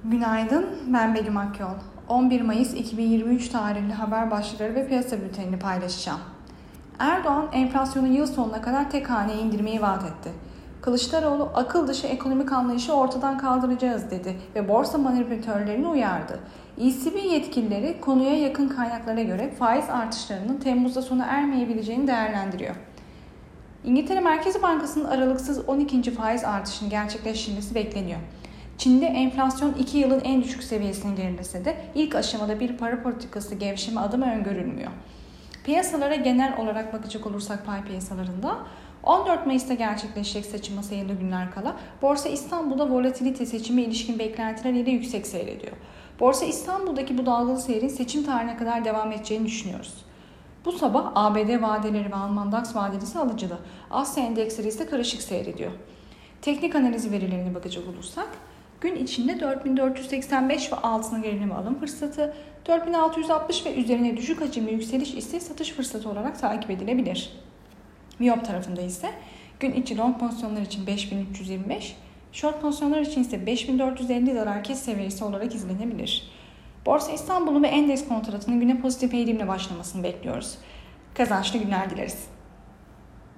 Günaydın, ben Begüm Akyol. 11 Mayıs 2023 tarihli haber başlıkları ve piyasa bültenini paylaşacağım. Erdoğan, enflasyonu yıl sonuna kadar tek haneye indirmeyi vaat etti. Kılıçdaroğlu, akıl dışı ekonomik anlayışı ortadan kaldıracağız dedi ve borsa manipülatörlerini uyardı. ECB yetkilileri konuya yakın kaynaklara göre faiz artışlarının Temmuz'da sona ermeyebileceğini değerlendiriyor. İngiltere Merkezi Bankası'nın aralıksız 12. faiz artışını gerçekleştirmesi bekleniyor. Çin'de enflasyon 2 yılın en düşük seviyesine gerilese de ilk aşamada bir para politikası gevşeme adımı öngörülmüyor. Piyasalara genel olarak bakacak olursak pay piyasalarında 14 Mayıs'ta gerçekleşecek seçime sayılı günler kala Borsa İstanbul'da volatilite seçime ilişkin beklentiler ile yüksek seyrediyor. Borsa İstanbul'daki bu dalgalı seyrin seçim tarihine kadar devam edeceğini düşünüyoruz. Bu sabah ABD vadeleri ve Alman DAX vadesi alıcılı. Asya endeksleri ise karışık seyrediyor. Teknik analiz verilerine bakacak olursak, gün içinde 4485 ve altına gerileme alım fırsatı, 4660 ve üzerine düşük hacimli yükseliş ise satış fırsatı olarak takip edilebilir. Viyop tarafında ise gün içi long pozisyonlar için 5325, short pozisyonlar için ise 5450 dolar kes seviyesi olarak izlenebilir. Borsa İstanbul'un ve endeks kontratının güne pozitif eğilimle başlamasını bekliyoruz. Kazançlı günler dileriz.